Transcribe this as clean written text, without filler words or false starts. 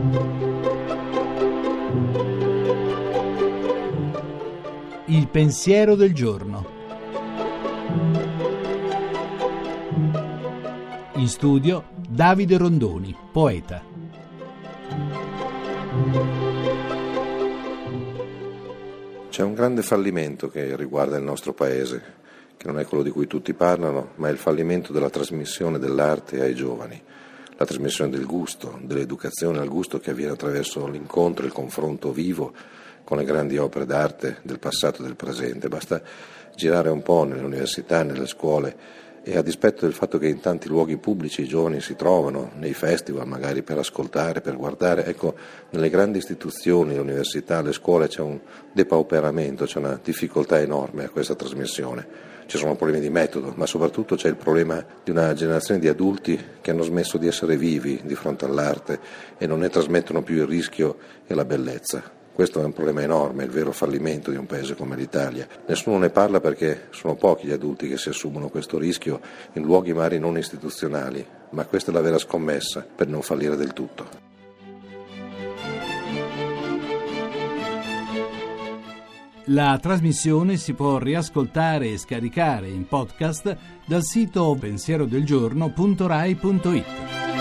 Il pensiero del giorno. In studio Davide Rondoni, poeta. C'è un grande fallimento che riguarda il nostro paese, che non è quello di cui tutti parlano, ma è il fallimento della trasmissione dell'arte ai giovani, la trasmissione del gusto, dell'educazione al gusto che avviene attraverso l'incontro e il confronto vivo con le grandi opere d'arte del passato e del presente. Basta girare un po' nelle università, nelle scuole, e a dispetto del fatto che in tanti luoghi pubblici i giovani si trovano, nei festival magari per ascoltare, per guardare, ecco, nelle grandi istituzioni, le università, le scuole c'è un depauperamento, c'è una difficoltà enorme a questa trasmissione. Ci sono problemi di metodo, ma soprattutto c'è il problema di una generazione di adulti che hanno smesso di essere vivi di fronte all'arte e non ne trasmettono più il rischio e la bellezza. Questo è un problema enorme, è il vero fallimento di un paese come l'Italia. Nessuno ne parla perché sono pochi gli adulti che si assumono questo rischio in luoghi magari non istituzionali, ma questa è la vera scommessa per non fallire del tutto. La trasmissione si può riascoltare e scaricare in podcast dal sito pensierodelgiorno.rai.it.